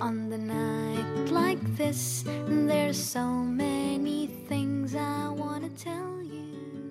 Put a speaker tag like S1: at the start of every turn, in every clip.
S1: On the night like this, there's so many things I wanna tell you.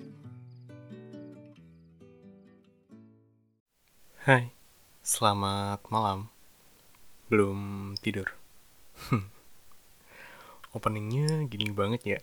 S2: Hai, selamat malam. Belum tidur? Openingnya gini banget ya.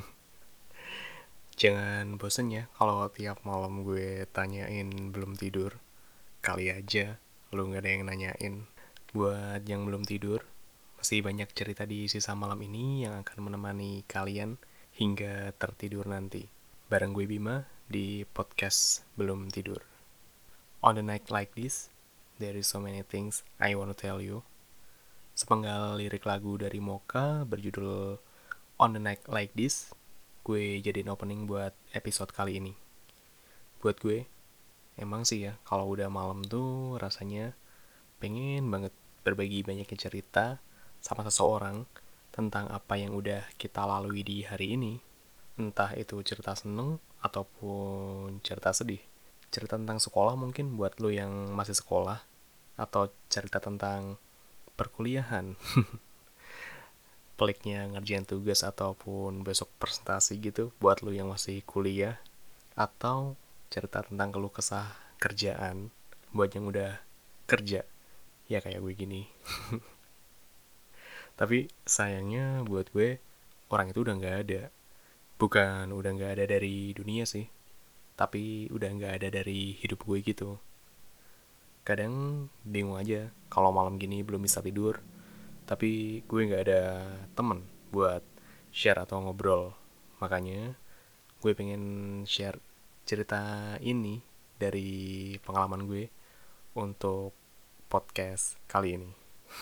S2: Jangan bosen ya kalau tiap malam gue tanyain belum tidur. Kali aja lu gak ada yang nanyain. Buat yang belum tidur, masih banyak cerita di sisa malam ini yang akan menemani kalian hingga tertidur nanti. Bareng gue Bima di podcast Belum Tidur. On the night like this, there is so many things I want to tell you. Sepenggal lirik lagu dari Mocha berjudul On the Night Like This, gue jadiin opening buat episode kali ini. Buat gue, emang sih ya, kalau udah malam tuh rasanya pengen banget berbagi banyaknya cerita sama seseorang tentang apa yang udah kita lalui di hari ini. Entah itu cerita seneng ataupun cerita sedih. Cerita tentang sekolah mungkin buat lo yang masih sekolah, atau cerita tentang perkuliahan. Peliknya ngerjain tugas ataupun besok presentasi gitu buat lu yang masih kuliah, atau cerita tentang keluh kesah kerjaan buat yang udah kerja ya kayak gue gini. Tapi sayangnya buat gue, orang itu udah nggak ada. Bukan udah nggak ada dari dunia sih, tapi udah nggak ada dari hidup gue gitu. Kadang bingung aja kalau malam gini belum bisa tidur, tapi gue nggak ada temen buat share atau ngobrol. Makanya gue pengen share cerita ini dari pengalaman gue untuk podcast kali ini.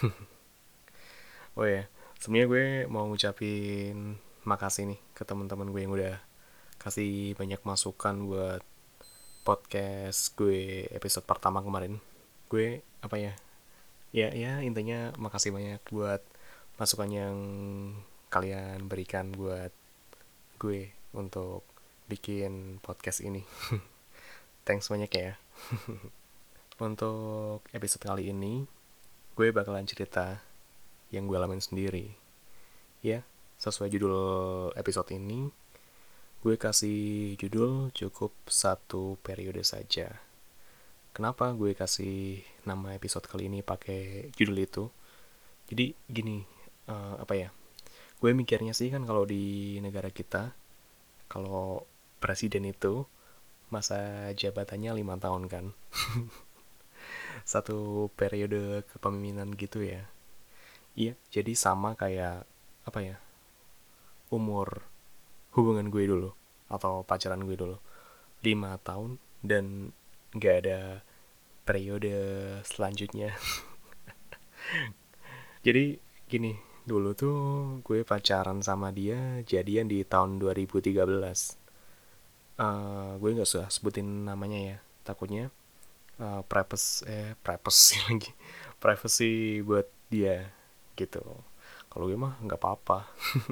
S2: Oh ya, sebenarnya gue mau ngucapin makasih nih ke teman-teman gue yang udah kasih banyak masukan buat podcast gue episode pertama kemarin. Gue apa ya? Ya intinya makasih banyak buat masukan yang kalian berikan buat gue untuk bikin podcast ini. Thanks banyak ya. Untuk episode kali ini, gue bakalan cerita yang gue alamin sendiri. Ya, sesuai judul episode ini, gue kasih judul cukup satu periode saja. Kenapa gue kasih nama episode kali ini pakai judul itu? Jadi gini, apa ya? Gue mikirnya sih kan kalau di negara kita, kalau presiden itu masa jabatannya 5 tahun kan. Satu periode kepemimpinan gitu ya. Iya, jadi sama kayak apa ya? Umur hubungan gue dulu atau pacaran gue dulu. 5 tahun dan gak ada periode selanjutnya. Jadi gini, dulu tuh gue pacaran sama dia jadian di tahun 2013. Gue nggak usah sebutin namanya ya, takutnya privacy lagi, privacy buat dia gitu. Kalau gue mah nggak apa-apa.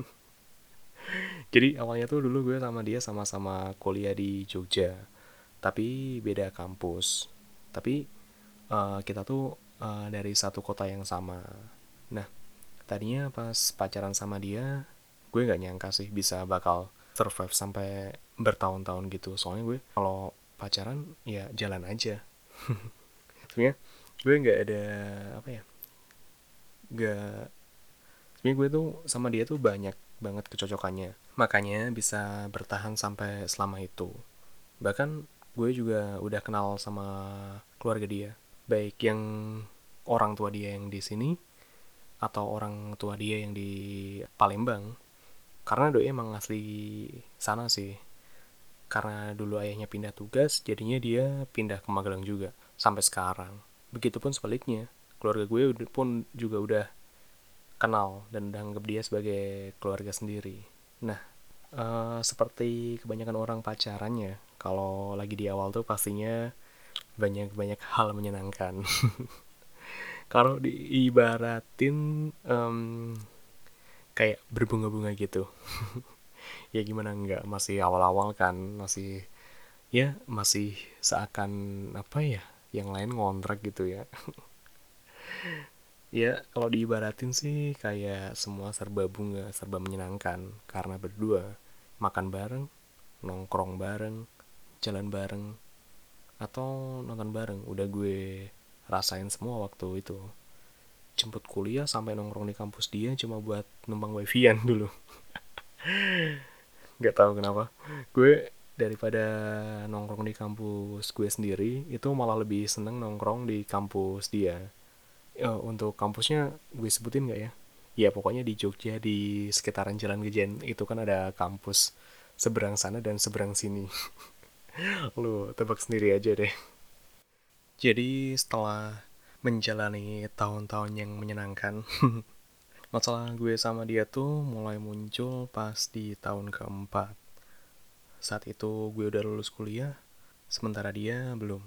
S2: Jadi awalnya tuh dulu gue sama dia sama-sama kuliah di Jogja, tapi beda kampus. Tapi kita tuh dari satu kota yang sama. Nah, tadinya pas pacaran sama dia, gue nggak nyangka sih bisa bakal survive sampai bertahun-tahun gitu. Soalnya gue kalau pacaran ya jalan aja. Sebenarnya gue nggak ada apa ya, nggak, sebenarnya gue tuh sama dia tuh banyak banget kecocokannya, makanya bisa bertahan sampai selama itu. Bahkan gue juga udah kenal sama keluarga dia, baik yang orang tua dia yang di sini atau orang tua dia yang di Palembang, karena doi emang asli sana sih. Karena dulu ayahnya pindah tugas, jadinya dia pindah ke Magelang juga sampai sekarang. Begitupun sebaliknya, keluarga gue pun juga udah kenal dan udah anggap dia sebagai keluarga sendiri. Nah, seperti kebanyakan orang pacarannya, kalau lagi di awal tuh pastinya banyak hal menyenangkan. Kalau diibaratin kayak berbunga-bunga gitu. Ya gimana enggak, masih awal-awal kan, masih seakan apa ya, yang lain ngontrak gitu ya. Ya, kalau diibaratin sih kayak semua serba bunga, serba menyenangkan. Karena berdua, makan bareng, nongkrong bareng, jalan bareng, atau nonton bareng. Udah gue rasain semua waktu itu. Jemput kuliah sampai nongkrong di kampus dia cuma buat numpang wifi-an dulu. Gak tahu kenapa. Gue daripada nongkrong di kampus gue sendiri, itu malah lebih seneng nongkrong di kampus dia. Untuk kampusnya gue sebutin nggak ya? Ya pokoknya di Jogja di sekitaran Jalan Gejen itu kan ada kampus seberang sana dan seberang sini. Lu tebak sendiri aja deh. Jadi setelah menjalani tahun-tahun yang menyenangkan, masalah gue sama dia tuh mulai muncul pas di tahun keempat. Saat itu gue udah lulus kuliah, sementara dia belum.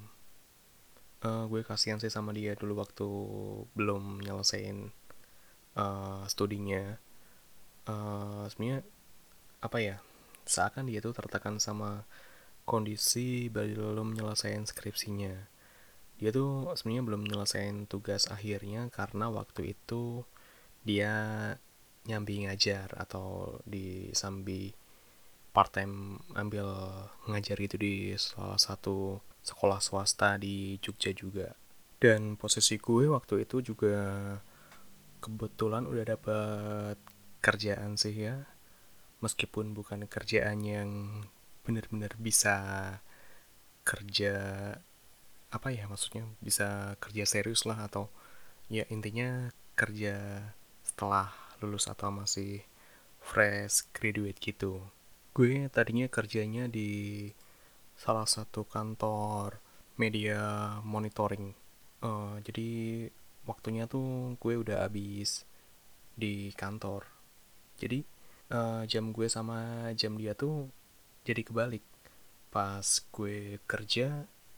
S2: Gue kasihan sih sama dia dulu waktu belum nyelesain studinya. Sebenarnya apa ya, seakan dia tuh tertekan sama kondisi belum nyelesain skripsinya. Dia tuh sebenarnya belum nyelesain tugas akhirnya karena waktu itu dia nyambi ngajar atau di sambi part time ambil ngajar gitu di salah satu sekolah swasta di Jogja juga. Dan posisi gue waktu itu juga kebetulan udah dapet kerjaan sih ya, meskipun bukan kerjaan yang benar-benar bisa kerja, apa ya maksudnya, bisa kerja serius lah, atau ya intinya kerja setelah lulus atau masih fresh graduate gitu. Gue tadinya kerjanya di salah satu kantor media monitoring. Jadi waktunya tuh gue udah habis di kantor. Jadi jam gue sama jam dia tuh jadi kebalik. Pas gue kerja,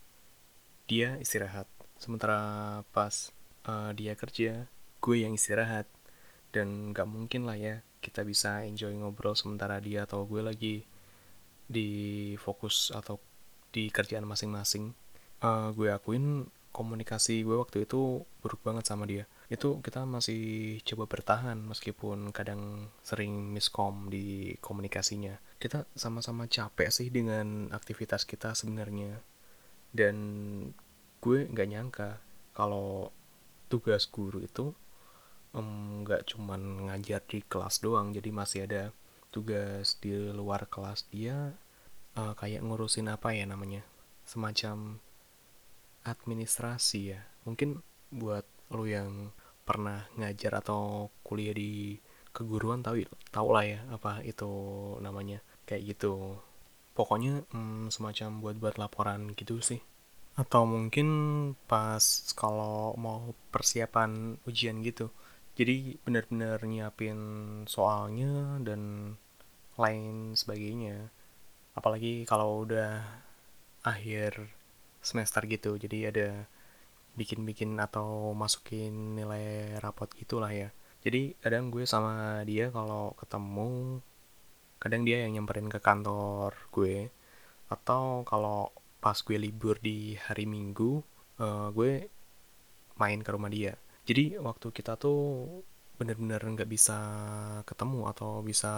S2: dia istirahat. Sementara pas dia kerja, gue yang istirahat. Dan gak mungkin lah ya kita bisa enjoy ngobrol sementara dia atau gue lagi di fokus atau di kerjaan masing-masing. Gue akuin komunikasi gue waktu itu buruk banget sama dia. Itu kita masih coba bertahan meskipun kadang sering miskom di komunikasinya. Kita sama-sama capek sih dengan aktivitas kita sebenarnya. Dan gue nggak nyangka kalau tugas guru itu nggak cuman ngajar di kelas doang, jadi masih ada tugas di luar kelas dia, kayak ngurusin apa ya namanya, semacam administrasi ya. Mungkin buat lo yang pernah ngajar atau kuliah di keguruan tahu tahu lah ya apa itu namanya, kayak gitu. Pokoknya semacam buat laporan gitu sih. Atau mungkin pas kalau mau persiapan ujian gitu. Jadi benar-benar nyiapin soalnya dan lain sebagainya. Apalagi kalau udah akhir semester gitu. Jadi ada bikin-bikin atau masukin nilai rapot gitulah ya. Jadi kadang gue sama dia kalau ketemu, kadang dia yang nyamperin ke kantor gue, atau kalau pas gue libur di hari Minggu, gue main ke rumah dia. Jadi waktu kita tuh bener-bener nggak bisa ketemu atau bisa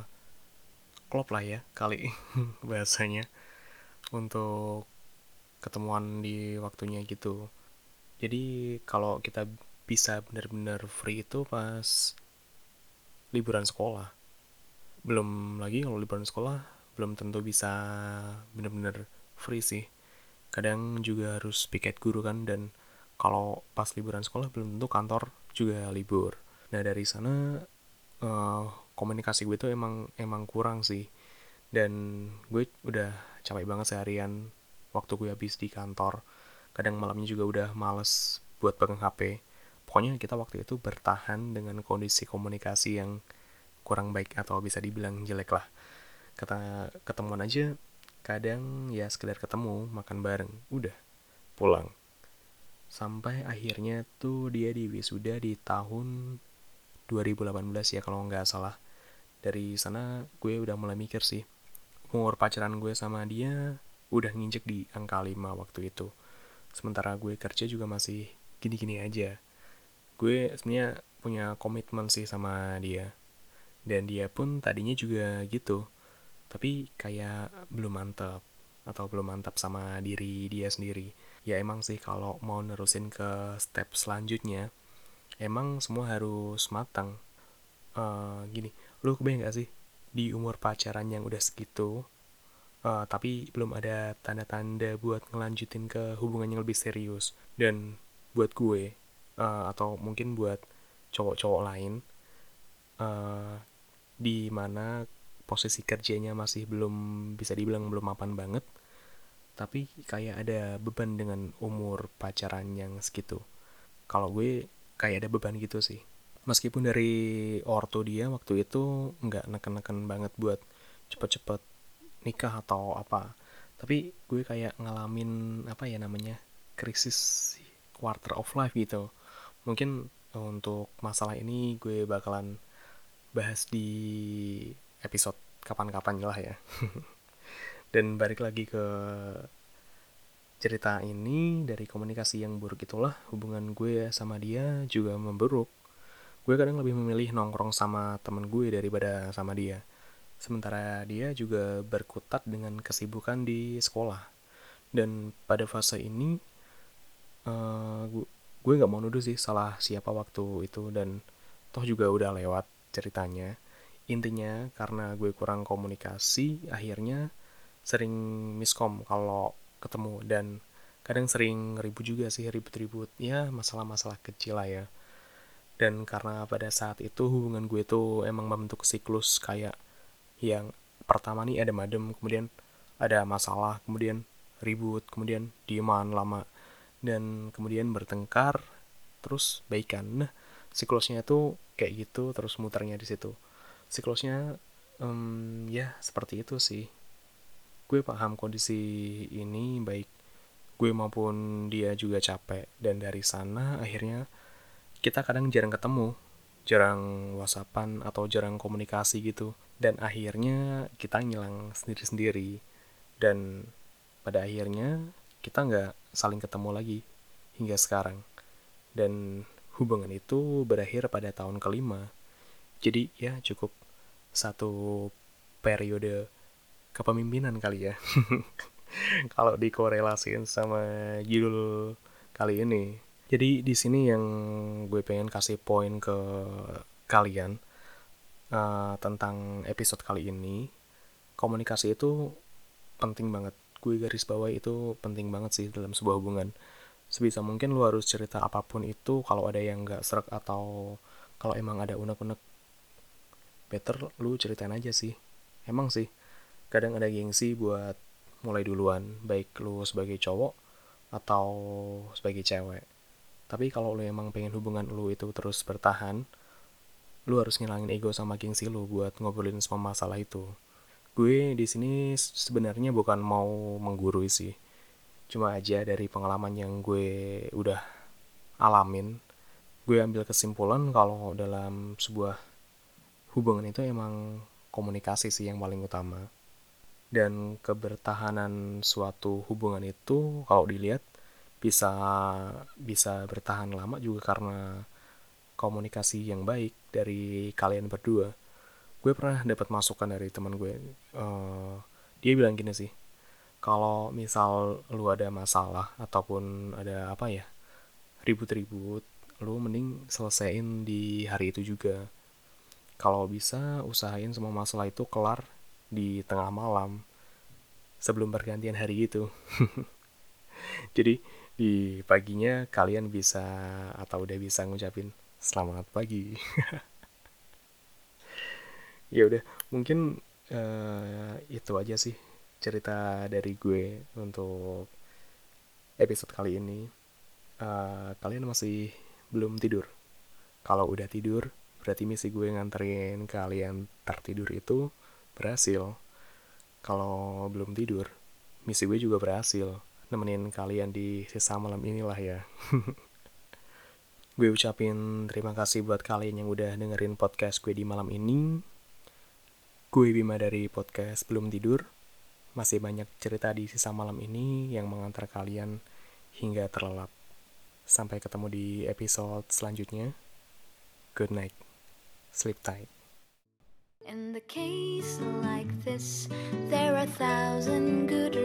S2: klop lah ya kali bahasanya untuk ketemuan di waktunya gitu. Jadi kalau kita bisa bener-bener free itu pas liburan sekolah. Belum lagi kalau liburan sekolah belum tentu bisa bener-bener free sih. Kadang juga harus piket guru kan, dan kalau pas liburan sekolah belum tentu kantor juga libur. Nah dari sana uh, komunikasi gue tuh emang emang kurang sih, dan gue udah capek banget seharian waktu gue habis di kantor. Kadang malamnya juga udah males buat pegang HP. Pokoknya kita waktu itu bertahan dengan kondisi komunikasi yang kurang baik atau bisa dibilang jelek lah. Kata ketemuan aja kadang ya sekedar ketemu, makan bareng, udah pulang. Sampai akhirnya tuh dia di wisuda di tahun 2018 ya kalau nggak salah. Dari sana gue udah mulai mikir sih, umur pacaran gue sama dia udah nginjek di angka 5 waktu itu. Sementara gue kerja juga masih gini-gini aja. gue sebenarnya punya komitmen sih sama dia, dan dia pun tadinya juga gitu, tapi kayak belum mantap atau belum mantap sama diri dia sendiri. Ya emang sih kalau mau nerusin ke step selanjutnya, emang semua harus matang. Gini, lu kebayang gak sih di umur pacaran yang udah segitu, tapi belum ada tanda-tanda buat ngelanjutin ke hubungan yang lebih serius. Dan buat gue, atau mungkin buat cowok-cowok lain, eh, di mana posisi kerjanya masih belum, bisa dibilang belum mapan banget, tapi kayak ada beban dengan umur pacaran yang segitu. Kalau gue kayak ada beban gitu sih. Meskipun dari ortu dia waktu itu nggak neken-neken banget buat cepet-cepet nikah atau apa, tapi gue kayak ngalamin apa ya namanya, krisis quarter of life gitu. Mungkin untuk masalah ini gue bakalan bahas di episode kapan-kapan lah ya. Dan balik lagi ke cerita ini, dari komunikasi yang buruk itulah hubungan gue sama dia juga memburuk. Gue kadang lebih memilih nongkrong sama temen gue daripada sama dia. Sementara dia juga berkutat dengan kesibukan di sekolah. Dan pada fase ini, gue gak mau nuduh sih salah siapa waktu itu, dan toh juga udah lewat ceritanya. Intinya karena gue kurang komunikasi, akhirnya sering miskom kalau ketemu, dan kadang sering ribut juga sih, ribut-ribut ya, masalah-masalah kecil lah ya. Dan karena pada saat itu hubungan gue tuh emang membentuk siklus kayak yang pertama nih ada adem, kemudian ada masalah, kemudian ribut, kemudian dieman lama, dan kemudian bertengkar, terus baikan. Nah, siklusnya tuh kayak gitu, terus muternya di situ. Siklusnya ya seperti itu sih. Gue paham kondisi ini, baik gue maupun dia juga capek, dan dari sana akhirnya kita kadang jarang ketemu, jarang whatsappan atau jarang komunikasi gitu, dan akhirnya kita ngilang sendiri-sendiri, dan pada akhirnya kita nggak saling ketemu lagi hingga sekarang. Dan hubungan itu berakhir pada tahun kelima. Jadi ya cukup satu periode kepemimpinan kali ya. Kalau dikorelasiin sama judul kali ini. Jadi di sini yang gue pengen kasih poin ke kalian, tentang episode kali ini, komunikasi itu penting banget. Gue garis bawah itu penting banget sih dalam sebuah hubungan. Sebisa mungkin lu harus cerita apapun itu, kalau ada yang nggak serak atau kalau emang ada unek-unek, better lu ceritain aja sih. Emang sih kadang ada gengsi buat mulai duluan, baik lu sebagai cowok atau sebagai cewek. Tapi kalau lu emang pengen hubungan lu itu terus bertahan, lu harus ngilangin ego sama gengsi lu buat ngobrolin semua masalah itu. Gue di sini sebenarnya bukan mau menggurui sih, cuma aja dari pengalaman yang gue udah alamin, gue ambil kesimpulan kalau dalam sebuah hubungan itu emang komunikasi sih yang paling utama. Dan kebertahanan suatu hubungan itu kalau dilihat bisa bisa bertahan lama juga karena komunikasi yang baik dari kalian berdua. Gue pernah dapat masukan dari teman gue. Dia bilang gini sih, kalau misal lu ada masalah ataupun ada apa ya, ribut-ribut, lu mending selesaiin di hari itu juga. Kalau bisa usahain semua masalah itu kelar di tengah malam sebelum pergantian hari itu. Jadi di paginya kalian bisa atau udah bisa ngucapin selamat pagi. Ya udah, mungkin itu aja sih cerita dari gue untuk episode kali ini. Kalian masih belum tidur? Kalau udah tidur, berarti misi gue nganterin kalian tertidur itu berhasil. Kalau belum tidur, misi gue juga berhasil, nemenin kalian di sisa malam inilah ya. Gue ucapin terima kasih buat kalian yang udah dengerin podcast gue di malam ini. Gue Bima dari podcast Belum Tidur. Masih banyak cerita di sisa malam ini yang mengantar kalian hingga terlelap. Sampai ketemu di episode selanjutnya. Good night. Sleep tight.
S1: In the case like this, there are 1,000 good